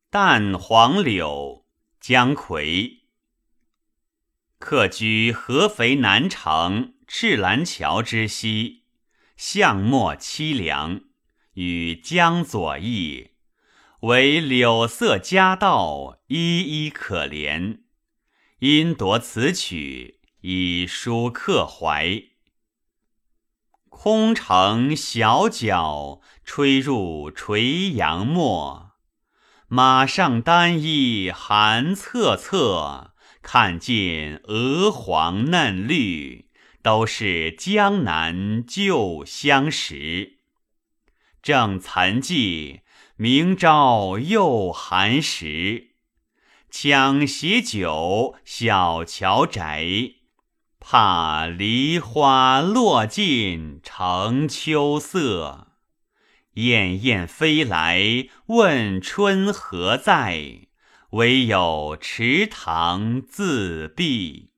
淡黄柳，姜夔。客居合肥南城赤兰桥之西，巷陌凄凉，与江左异，惟柳色佳道，依依可怜。因夺此曲，以抒客怀。空城小角，吹入垂杨陌。马上单衣寒恻恻，看尽鹅黄嫩绿，都是江南旧相识。正岑寂，明朝又寒食。抢携酒，小桥宅，怕梨花落尽成秋色。燕燕飞来，问春何在？唯有池塘自闭。